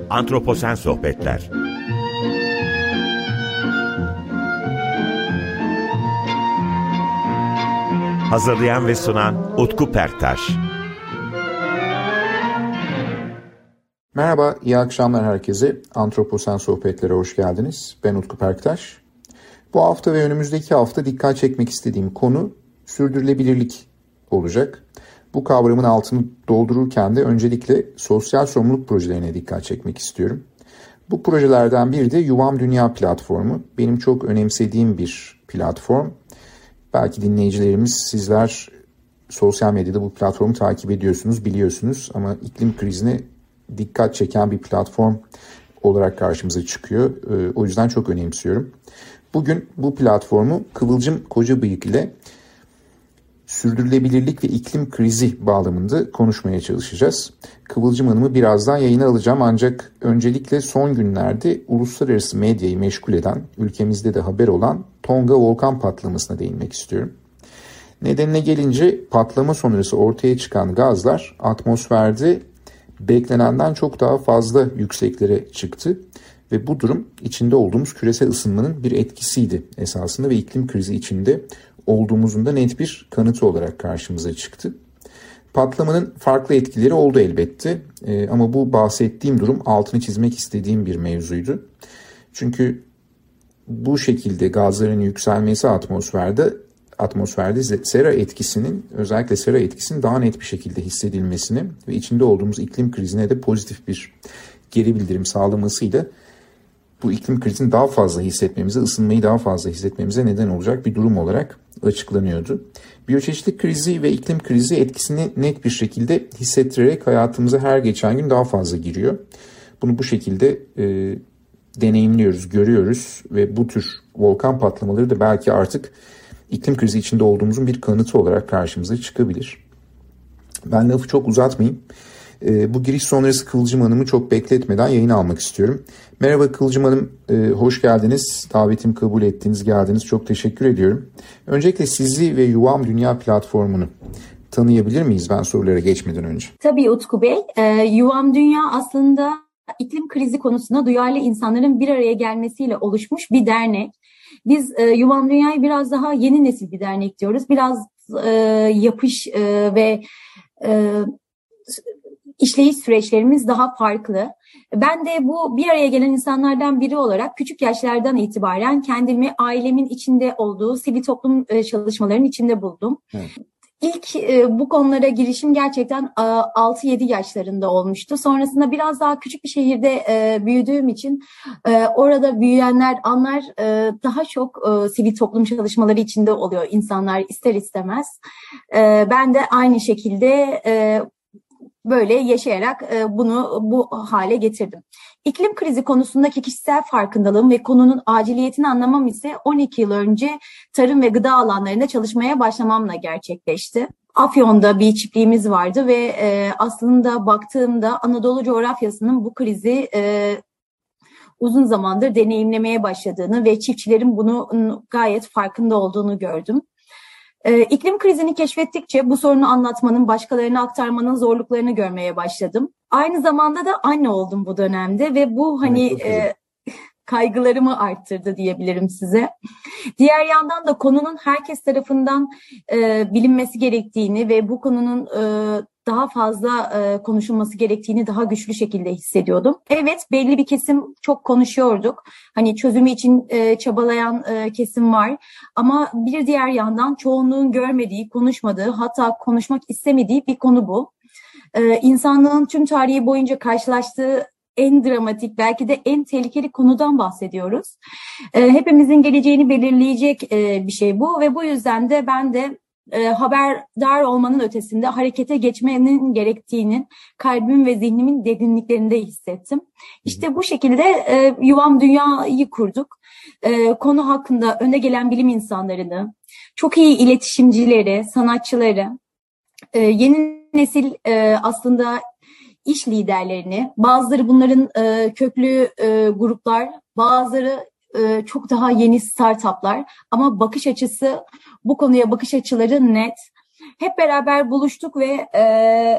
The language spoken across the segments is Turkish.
Antroposen Sohbetler. Hazırlayan ve sunan Utku Perktaş. Merhaba, iyi akşamlar herkese. Antroposen Sohbetlere hoş geldiniz. Ben Utku Perktaş. Bu hafta ve önümüzdeki hafta dikkat çekmek istediğim konu sürdürülebilirlik olacak. Bu kavramın altını doldururken de öncelikle sosyal sorumluluk projelerine dikkat çekmek istiyorum. Bu projelerden biri de Yuvam Dünya platformu. Benim çok önemsediğim bir platform. Belki dinleyicilerimiz, sizler sosyal medyada bu platformu takip ediyorsunuz, biliyorsunuz. Ama iklim krizine dikkat çeken bir platform olarak karşımıza çıkıyor. O yüzden çok önemsiyorum. Bugün bu platformu Kıvılcım Kocabıyık ile sürdürülebilirlik ve iklim krizi bağlamında konuşmaya çalışacağız. Kıvılcım Hanım'ı birazdan yayına alacağım, ancak öncelikle son günlerde uluslararası medyayı meşgul eden, ülkemizde de haber olan Tonga volkan patlamasına değinmek istiyorum. Nedenine gelince patlama sonrası ortaya çıkan gazlar atmosferde beklenenden çok daha fazla yükseklere çıktı ve bu durum içinde olduğumuz küresel ısınmanın bir etkisiydi esasında ve iklim krizi içinde olduğumuzun da net bir kanıtı olarak karşımıza çıktı. Patlamanın farklı etkileri oldu elbette, ama bu bahsettiğim durum altını çizmek istediğim bir mevzuydu. Çünkü bu şekilde gazların yükselmesi atmosferde sera etkisinin, özellikle sera etkisinin daha net bir şekilde hissedilmesini ve içinde olduğumuz iklim krizine de pozitif bir geri bildirim sağlamasıyla bu iklim krizini daha fazla hissetmemize, ısınmayı daha fazla hissetmemize neden olacak bir durum olarak açıklanıyordu. Biyoçeşitlilik krizi ve iklim krizi etkisini net bir şekilde hissettirerek hayatımıza her geçen gün daha fazla giriyor. Bunu bu şekilde deneyimliyoruz, görüyoruz ve bu tür volkan patlamaları da belki artık iklim krizi içinde olduğumuzun bir kanıtı olarak karşımıza çıkabilir. Ben lafı çok uzatmayayım. Bu giriş sonrası Kıvılcım Hanım'ı çok bekletmeden yayına almak istiyorum. Merhaba Kıvılcım Hanım, hoş geldiniz. Davetimi kabul ettiniz, geldiniz. Çok teşekkür ediyorum. Öncelikle sizi ve Yuvam Dünya platformunu tanıyabilir miyiz ben sorulara geçmeden önce? Tabii Utku Bey. Yuvam Dünya aslında iklim krizi konusunda duyarlı insanların bir araya gelmesiyle oluşmuş bir dernek. Biz Yuvam Dünya'yı biraz daha yeni nesil bir dernek diyoruz. Biraz yapış ve işleyiş süreçlerimiz daha farklı. Ben de bu bir araya gelen insanlardan biri olarak küçük yaşlardan itibaren kendimi ailemin içinde olduğu sivil toplum çalışmalarının içinde buldum. Evet. İlk bu konulara girişim gerçekten 6-7 yaşlarında olmuştu. Sonrasında biraz daha küçük bir şehirde büyüdüğüm için orada büyüyenler, anlar daha çok sivil toplum çalışmaları içinde oluyor insanlar ister istemez. Ben de aynı şekilde böyle yaşayarak bu hale getirdim. İklim krizi konusundaki kişisel farkındalığım ve konunun aciliyetini anlamam ise 12 yıl önce tarım ve gıda alanlarında çalışmaya başlamamla gerçekleşti. Afyon'da bir çiftliğimiz vardı ve aslında baktığımda Anadolu coğrafyasının bu krizi uzun zamandır deneyimlemeye başladığını ve çiftçilerin bunun gayet farkında olduğunu gördüm. İklim krizini keşfettikçe bu sorunu anlatmanın, başkalarına aktarmanın zorluklarını görmeye başladım. Aynı zamanda da anne oldum bu dönemde ve bu kaygılarımı arttırdı diyebilirim size. Diğer yandan da konunun herkes tarafından bilinmesi gerektiğini ve bu konunun daha fazla konuşulması gerektiğini daha güçlü şekilde hissediyordum. Evet, belli bir kesim çok konuşuyorduk. Hani çözümü için çabalayan kesim var. Ama bir diğer yandan çoğunluğun görmediği, konuşmadığı, hatta konuşmak istemediği bir konu bu. İnsanlığın tüm tarihi boyunca karşılaştığı en dramatik, belki de en tehlikeli konudan bahsediyoruz. Hepimizin geleceğini belirleyecek bir şey bu ve bu yüzden de ben de haberdar olmanın ötesinde harekete geçmenin gerektiğini kalbimin ve zihnimin derinliklerinde hissettim. İşte bu şekilde Yuvam Dünya'yı kurduk. Konu hakkında önde gelen bilim insanlarını, çok iyi iletişimcileri, sanatçıları, yeni nesil aslında iş liderlerini, bazıları bunların köklü gruplar, bazıları çok daha yeni startuplar ama bakış açısı, bu konuya bakış açıları net. Hep beraber buluştuk ve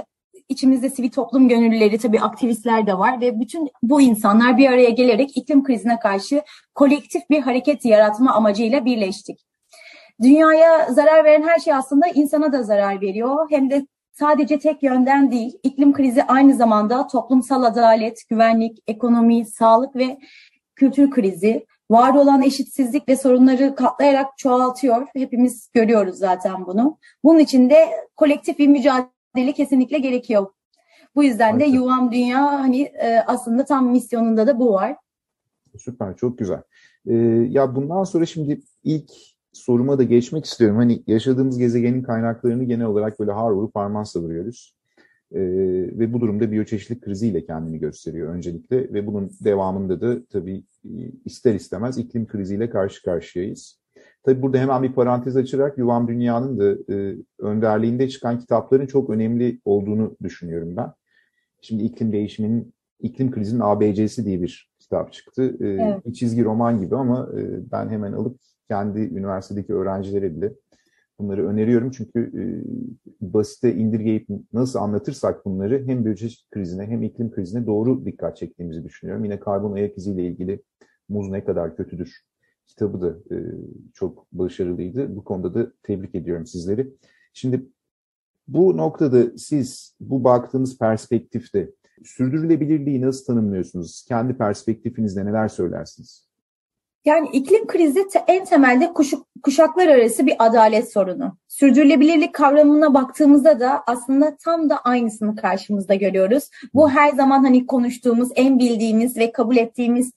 içimizde sivil toplum gönüllüleri, tabii aktivistler de var ve bütün bu insanlar bir araya gelerek iklim krizine karşı kolektif bir hareket yaratma amacıyla birleştik. Dünyaya zarar veren her şey aslında insana da zarar veriyor. Hem de sadece tek yönden değil. İklim krizi aynı zamanda toplumsal adalet, güvenlik, ekonomi, sağlık ve kültür krizi. Var olan eşitsizlik ve sorunları katlayarak çoğaltıyor. Hepimiz görüyoruz zaten bunu. Bunun için de kolektif bir mücadele kesinlikle gerekiyor. Bu yüzden de Yuvam Dünya aslında tam misyonunda da bu var. Süper, çok güzel. Ya bundan sonra şimdi ilk soruma da geçmek istiyorum. Hani yaşadığımız gezegenin kaynaklarını genel olarak böyle har vurup parmağı savuruyoruz. Ve bu durumda biyoçeşitlilik kriziyle kendini gösteriyor öncelikle ve bunun devamında da tabii ister istemez iklim kriziyle karşı karşıyayız. Tabii burada hemen bir parantez açarak Yuvam Dünya'nın da önderliğinde çıkan kitapların çok önemli olduğunu düşünüyorum ben. Şimdi iklim krizinin ABC'si diye bir kitap çıktı. Evet. Bir çizgi roman gibi ama ben hemen alıp kendi üniversitedeki öğrencilere bile bunları öneriyorum. Çünkü basite indirgeyip nasıl anlatırsak bunları hem biyoçeşitlilik krizine hem iklim krizine doğru dikkat çektiğimizi düşünüyorum. Yine karbon ayak iziyle ilgili Muz Ne Kadar Kötüdür kitabı da çok başarılıydı. Bu konuda da tebrik ediyorum sizleri. Şimdi bu noktada siz bu baktığınız perspektifte sürdürülebilirliği nasıl tanımlıyorsunuz? Kendi perspektifinizde neler söylersiniz? Yani iklim krizi en temelde kuşaklar arası bir adalet sorunu. Sürdürülebilirlik kavramına baktığımızda da aslında tam da aynısını karşımızda görüyoruz. Bu her zaman konuştuğumuz, en bildiğimiz ve kabul ettiğimiz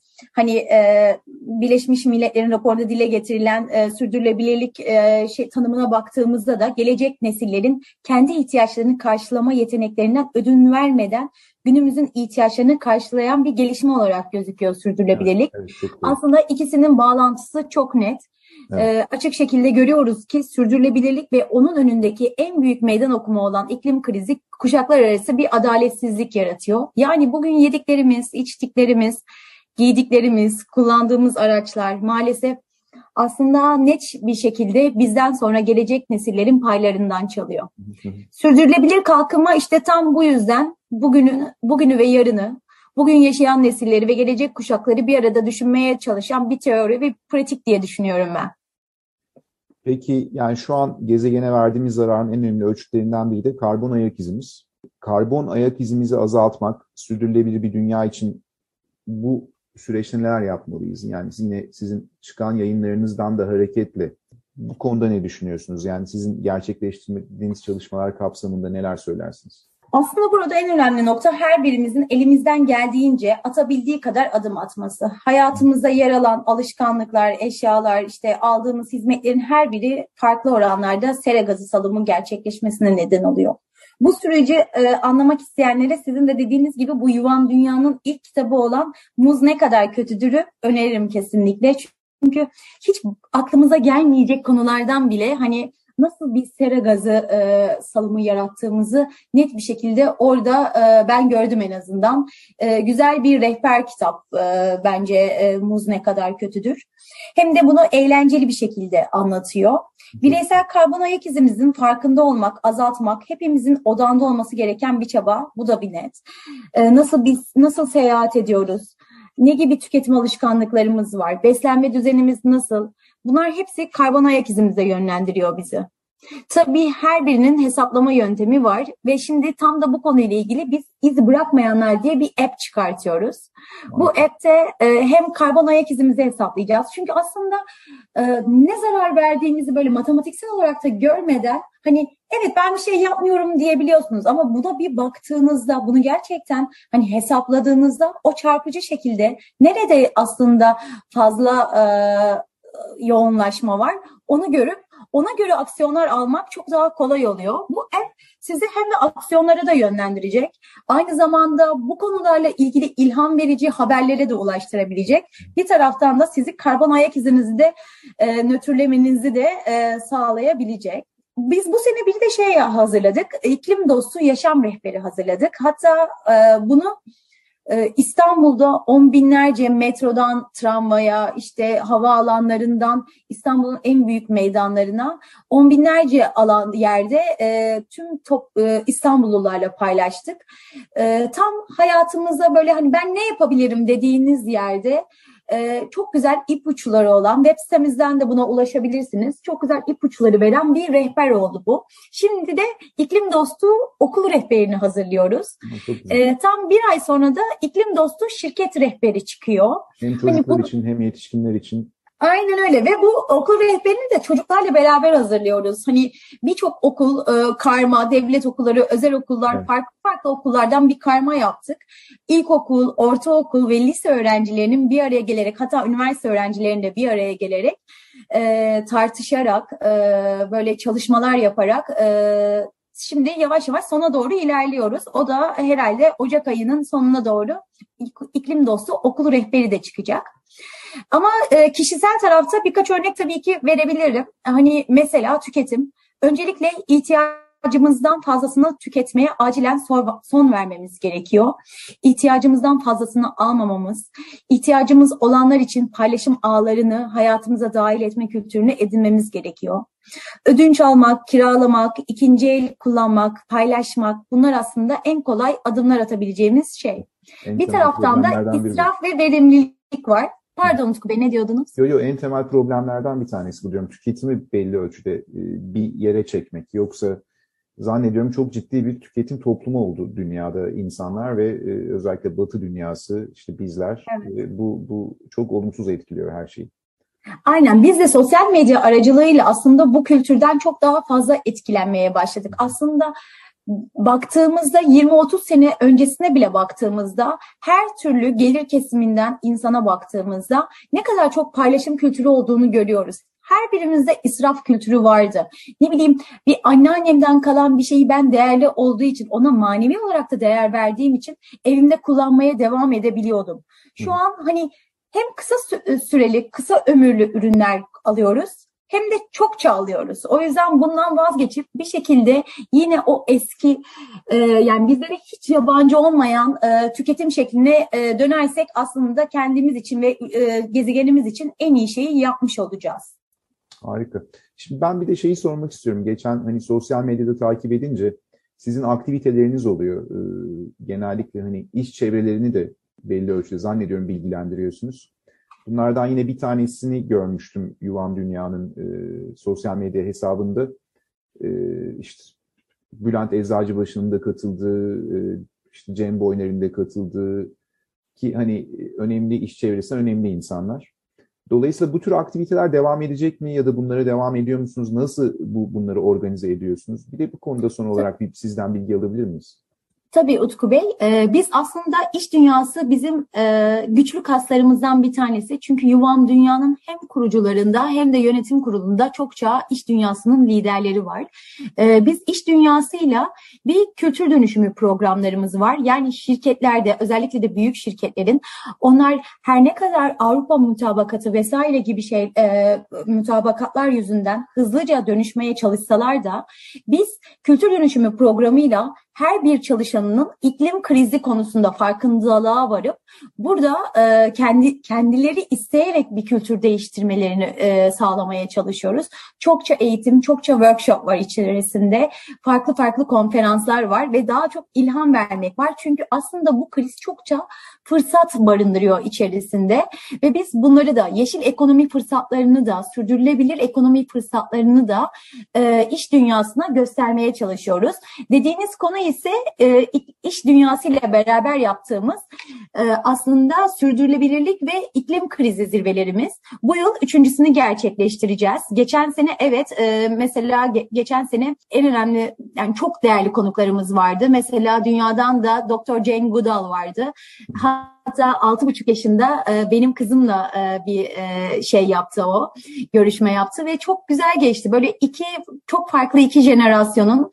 Birleşmiş Milletler'in raporunda dile getirilen sürdürülebilirlik tanımına baktığımızda da gelecek nesillerin kendi ihtiyaçlarını karşılama yeteneklerinden ödün vermeden günümüzün ihtiyaçlarını karşılayan bir gelişme olarak gözüküyor sürdürülebilirlik. Evet, aslında ikisinin bağlantısı çok net. Evet. Açık şekilde görüyoruz ki sürdürülebilirlik ve onun önündeki en büyük meydan okuma olan iklim krizi kuşaklar arası bir adaletsizlik yaratıyor. Yani bugün yediklerimiz, içtiklerimiz, giydiklerimiz, kullandığımız araçlar maalesef aslında net bir şekilde bizden sonra gelecek nesillerin paylarından çalıyor. Sürdürülebilir kalkınma işte tam bu yüzden bugünü ve yarını, bugün yaşayan nesilleri ve gelecek kuşakları bir arada düşünmeye çalışan bir teori ve pratik diye düşünüyorum ben. Peki yani şu an gezegene verdiğimiz zararın en önemli ölçütlerinden biri de karbon ayak izimiz. Karbon ayak izimizi azaltmak, sürdürülebilir bir dünya için bu süreçte neler yapmalıyız? Yani yine sizin çıkan yayınlarınızdan da hareketle bu konuda ne düşünüyorsunuz? Yani sizin gerçekleştirdiğiniz çalışmalar kapsamında neler söylersiniz? Aslında burada en önemli nokta her birimizin elimizden geldiğince atabildiği kadar adım atması. Hayatımızda yer alan alışkanlıklar, eşyalar, aldığımız hizmetlerin her biri farklı oranlarda sera gazı salımının gerçekleşmesine neden oluyor. Bu süreci anlamak isteyenlere sizin de dediğiniz gibi bu Yuvam Dünya'nın ilk kitabı olan Muz Ne Kadar Kötüdür'ü öneririm kesinlikle. Çünkü hiç aklımıza gelmeyecek konulardan bile nasıl bir sera gazı salımı yarattığımızı net bir şekilde orada ben gördüm en azından. Güzel bir rehber kitap bence Muz Ne Kadar Kötüdür. Hem de bunu eğlenceli bir şekilde anlatıyor. Bireysel karbon ayak izimizin farkında olmak, azaltmak hepimizin odağında olması gereken bir çaba. Bu da bir net. Nasıl seyahat ediyoruz? Ne gibi tüketim alışkanlıklarımız var? Beslenme düzenimiz nasıl? Bunlar hepsi karbon ayak izimize yönlendiriyor bizi. Tabii her birinin hesaplama yöntemi var ve şimdi tam da bu konuyla ilgili biz iz bırakmayanlar diye bir app çıkartıyoruz. Bu app'te hem karbon ayak izimizi hesaplayacağız. Çünkü aslında ne zarar verdiğimizi böyle matematiksel olarak da görmeden evet ben bir şey yapmıyorum diyebiliyorsunuz ama buna bir baktığınızda bunu gerçekten hesapladığınızda o çarpıcı şekilde nerede aslında fazla yoğunlaşma var onu görüp ona göre aksiyonlar almak çok daha kolay oluyor. Bu app sizi hem de aksiyonlara da yönlendirecek. Aynı zamanda bu konularla ilgili ilham verici haberlere de ulaştırabilecek. Bir taraftan da sizi karbon ayak izinizi de nötrlemenizi de sağlayabilecek. Biz bu sene bir de hazırladık. İklim dostu yaşam rehberi hazırladık. Hatta bunu İstanbul'da on binlerce metrodan tramvaya, işte havaalanlarından İstanbul'un en büyük meydanlarına on binlerce yerde tüm İstanbullularla paylaştık. Tam hayatımıza böyle hani ben ne yapabilirim dediğiniz yerde çok güzel ipuçları olan, web sitemizden de buna ulaşabilirsiniz. Çok güzel ipuçları veren bir rehber oldu bu. Şimdi de iklim dostu okul rehberini hazırlıyoruz. Tam bir ay sonra da iklim dostu şirket rehberi çıkıyor. Hem çocuklar için hem yetişkinler için. Aynen öyle ve bu okul rehberini de çocuklarla beraber hazırlıyoruz. Hani birçok okul, karma, devlet okulları, özel okullar, evet, farklı okullardan bir karma yaptık. İlkokul, ortaokul ve lise öğrencilerinin bir araya gelerek, hatta üniversite öğrencilerinin de bir araya gelerek tartışarak, böyle çalışmalar yaparak şimdi yavaş yavaş sona doğru ilerliyoruz. O da herhalde Ocak ayının sonuna doğru iklim dostu okul rehberi de çıkacak. Ama kişisel tarafta birkaç örnek tabii ki verebilirim. Hani mesela tüketim. Öncelikle ihtiyacımızdan fazlasını tüketmeye acilen son vermemiz gerekiyor. İhtiyacımızdan fazlasını almamamız, ihtiyacımız olanlar için paylaşım ağlarını hayatımıza dahil etme kültürünü edinmemiz gerekiyor. Ödünç almak, kiralamak, ikinci el kullanmak, paylaşmak, bunlar aslında en kolay adımlar atabileceğimiz şey. Bir taraftan da israf ve verimlilik var. Pardon Utku Bey, ne diyordunuz? En temel problemlerden bir tanesi bu diyorum. Tüketimi belli ölçüde bir yere çekmek. Yoksa zannediyorum çok ciddi bir tüketim toplumu oldu dünyada insanlar ve özellikle Batı dünyası, işte bizler, evet, bu çok olumsuz etkiliyor her şeyi. Aynen, biz de sosyal medya aracılığıyla aslında bu kültürden çok daha fazla etkilenmeye başladık. Aslında baktığımızda 20-30 sene öncesine bile baktığımızda her türlü gelir kesiminden insana baktığımızda ne kadar çok paylaşım kültürü olduğunu görüyoruz. Her birimizde israf kültürü vardı. Ne bileyim, bir anneannemden kalan bir şeyi ben değerli olduğu için, ona manevi olarak da değer verdiğim için evimde kullanmaya devam edebiliyordum. Şu an hani hem kısa süreli, kısa ömürlü ürünler alıyoruz, hem de çokça alıyoruz. O yüzden bundan vazgeçip bir şekilde yine o eski yani bizlere hiç yabancı olmayan tüketim şekline dönersek aslında kendimiz için ve gezegenimiz için en iyi şeyi yapmış olacağız. Harika. Şimdi ben bir de şeyi sormak istiyorum. Geçen hani sosyal medyada takip edince sizin aktiviteleriniz oluyor. Genellikle hani iş çevrelerini de belli ölçüde zannediyorum bilgilendiriyorsunuz. Bunlardan yine bir tanesini görmüştüm Yuvam Dünya'nın sosyal medya hesabında. İşte Bülent Eczacıbaşı'nın da katıldığı, işte Cem Boyner'in de katıldığı, ki hani önemli iş çevresinden önemli insanlar. Dolayısıyla bu tür aktiviteler devam edecek mi ya da bunlara devam ediyor musunuz? Nasıl bunları organize ediyorsunuz? Bir de bu konuda son olarak sizden bilgi alabilir miyiz? Tabii Utku Bey, biz aslında iş dünyası bizim güçlü kaslarımızdan bir tanesi. Çünkü Yuvam Dünya'nın hem kurucularında hem de yönetim kurulunda çokça iş dünyasının liderleri var. Biz iş dünyasıyla bir kültür dönüşümü programlarımız var. Yani şirketlerde, özellikle de büyük şirketlerin, onlar her ne kadar Avrupa mutabakatı vesaire gibi mutabakatlar yüzünden hızlıca dönüşmeye çalışsalar da biz kültür dönüşümü programıyla her bir çalışanının iklim krizi konusunda farkındalığa varıp burada kendileri isteyerek bir kültür değiştirmelerini sağlamaya çalışıyoruz. Çokça eğitim, çokça workshop var içerisinde. Farklı konferanslar var ve daha çok ilham vermek var. Çünkü aslında bu kriz çokça fırsat barındırıyor içerisinde ve biz bunları da, yeşil ekonomi fırsatlarını da, sürdürülebilir ekonomi fırsatlarını da iş dünyasına göstermeye çalışıyoruz. Dediğiniz konu ise iş dünyasıyla beraber yaptığımız aslında sürdürülebilirlik ve iklim krizi zirvelerimiz. Bu yıl üçüncüsünü gerçekleştireceğiz. Geçen sene mesela geçen sene en önemli, yani çok değerli konuklarımız vardı. Mesela dünyadan da Dr. Jane Goodall vardı. Hatta 6,5 yaşında benim kızımla bir şey yaptı o. Görüşme yaptı ve çok güzel geçti. Böyle çok farklı iki jenerasyonun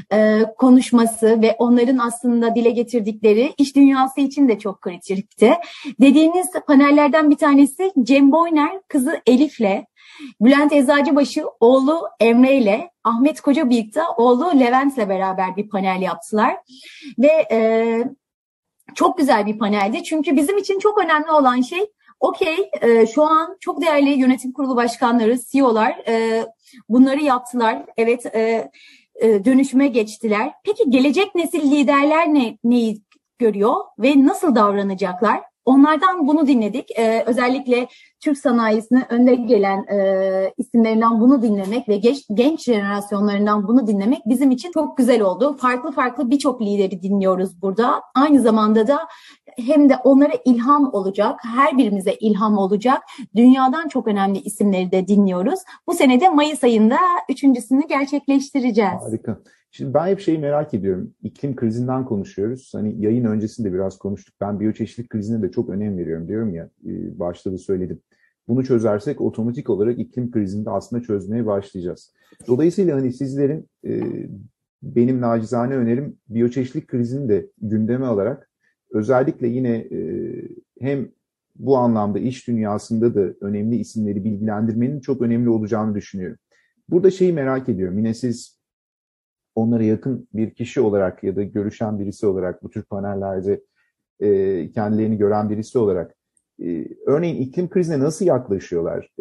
konuşması ve onların aslında dile getirdikleri iş dünyası için de çok kritikti. Dediğiniz panellerden bir tanesi Cem Boyner kızı Elif'le, Bülent Eczacıbaşı oğlu Emre'yle, Ahmet Kocabıyık da oğlu Levent'le beraber bir panel yaptılar. Ve Çok güzel bir paneldi. Çünkü bizim için çok önemli olan şey, şu an çok değerli yönetim kurulu başkanları, CEO'lar bunları yaptılar. Evet, dönüşüme geçtiler. Peki gelecek nesil liderler neyi görüyor ve nasıl davranacaklar? Onlardan bunu dinledik. Özellikle Türk sanayisine önde gelen isimlerinden bunu dinlemek ve genç jenerasyonlarından bunu dinlemek bizim için çok güzel oldu. Farklı farklı birçok lideri dinliyoruz burada. Aynı zamanda da hem de onlara ilham olacak, her birimize ilham olacak dünyadan çok önemli isimleri de dinliyoruz. Bu sene de Mayıs ayında üçüncüsünü gerçekleştireceğiz. Harika. Şimdi ben hep şeyi merak ediyorum. İklim krizinden konuşuyoruz. Hani yayın öncesinde biraz konuştuk. Ben biyoçeşitlilik krizine de çok önem veriyorum diyorum ya. Başta da söyledim. Bunu çözersek otomatik olarak iklim krizini de aslında çözmeye başlayacağız. Dolayısıyla hani sizlerin benim nacizane önerim biyoçeşitlilik krizini de gündeme alarak özellikle yine hem bu anlamda iş dünyasında da önemli isimleri bilgilendirmenin çok önemli olacağını düşünüyorum. Burada şeyi merak ediyorum. Yine siz onlara yakın bir kişi olarak ya da görüşen birisi olarak bu tür panellerde kendilerini gören birisi olarak örneğin iklim krizine nasıl yaklaşıyorlar?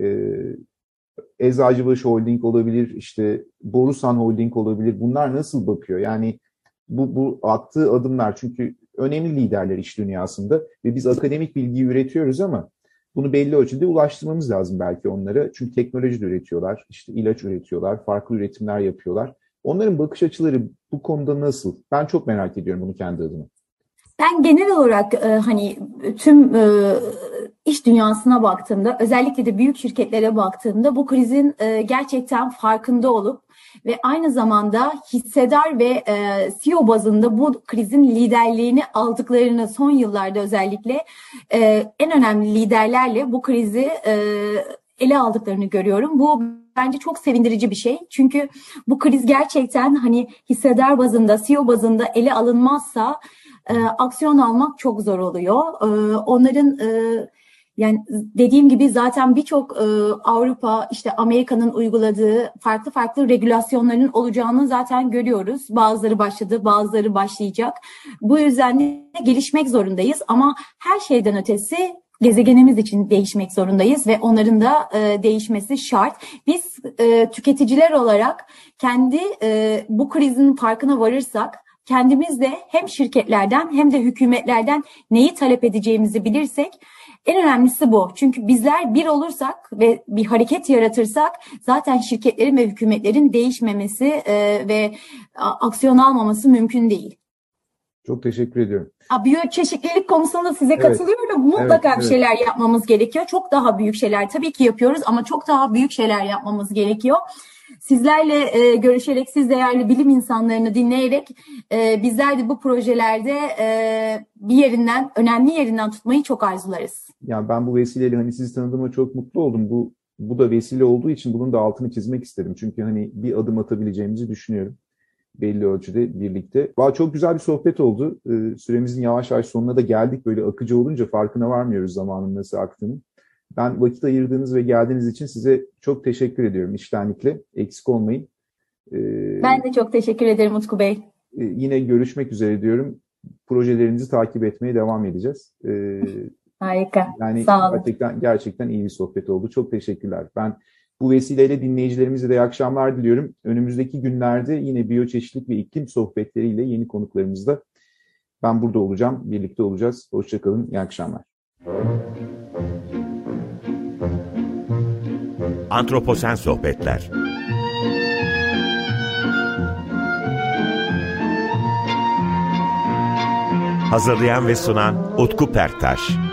Eczacıbaşı Holding olabilir, işte Borusan Holding olabilir. Bunlar nasıl bakıyor? Yani bu attığı adımlar çünkü önemli liderler iş dünyasında ve biz akademik bilgiyi üretiyoruz ama bunu belli ölçüde ulaştırmamız lazım belki onlara. Çünkü teknoloji de üretiyorlar, işte ilaç üretiyorlar, farklı üretimler yapıyorlar. Onların bakış açıları bu konuda nasıl? Ben çok merak ediyorum bunu kendi adıma. Ben genel olarak hani tüm iş dünyasına baktığımda, özellikle de büyük şirketlere baktığımda bu krizin gerçekten farkında olup ve aynı zamanda hissedar ve CEO bazında bu krizin liderliğini aldıklarını son yıllarda özellikle en önemli liderlerle bu krizi ele aldıklarını görüyorum. Bu bence çok sevindirici bir şey. Çünkü bu kriz gerçekten hani hissedar bazında, CEO bazında ele alınmazsa aksiyon almak çok zor oluyor. Onların yani dediğim gibi zaten birçok Avrupa, işte Amerika'nın uyguladığı farklı farklı regülasyonların olacağını zaten görüyoruz. Bazıları başladı, bazıları başlayacak. Bu yüzden de gelişmek zorundayız ama her şeyden ötesi gezegenimiz için değişmek zorundayız ve onların da değişmesi şart. Biz tüketiciler olarak kendi bu krizin farkına varırsak, kendimiz de hem şirketlerden hem de hükümetlerden neyi talep edeceğimizi bilirsek en önemlisi bu. Çünkü bizler bir olursak ve bir hareket yaratırsak zaten şirketlerin ve hükümetlerin değişmemesi ve aksiyon almaması mümkün değil. Çok teşekkür ediyorum. Biyoçeşitlilik konusunda size katılıyorum. Mutlaka bir şeyler yapmamız gerekiyor. Çok daha büyük şeyler tabii ki yapıyoruz ama çok daha büyük şeyler yapmamız gerekiyor. Sizlerle görüşerek, siz değerli bilim insanlarını dinleyerek bizler de bu projelerde bir yerinden, önemli yerinden tutmayı çok arzularız. Yani ben bu vesileyle hani sizi tanıdığıma çok mutlu oldum. Bu da vesile olduğu için bunun da altını çizmek istedim. Çünkü hani bir adım atabileceğimizi düşünüyorum. Belli ölçüde birlikte. Çok güzel bir sohbet oldu. Süremizin yavaş yavaş sonuna da geldik. Böyle akıcı olunca farkına varmıyoruz zamanın nasıl aktığını. Ben vakit ayırdığınız ve geldiğiniz için size çok teşekkür ediyorum içtenlikle. Eksik olmayın. Ben de çok teşekkür ederim Utku Bey. Yine görüşmek üzere diyorum. Projelerinizi takip etmeye devam edeceğiz. Harika. Yani sağ olun. Gerçekten iyi bir sohbet oldu. Çok teşekkürler. Ben bu vesileyle dinleyicilerimize de iyi akşamlar diliyorum. Önümüzdeki günlerde yine biyoçeşitlilik ve iklim sohbetleriyle yeni konuklarımızla ben burada olacağım. Birlikte olacağız. Hoşça kalın. İyi akşamlar. Antroposen Sohbetler. Hazırlayan ve sunan Utku Perktaş.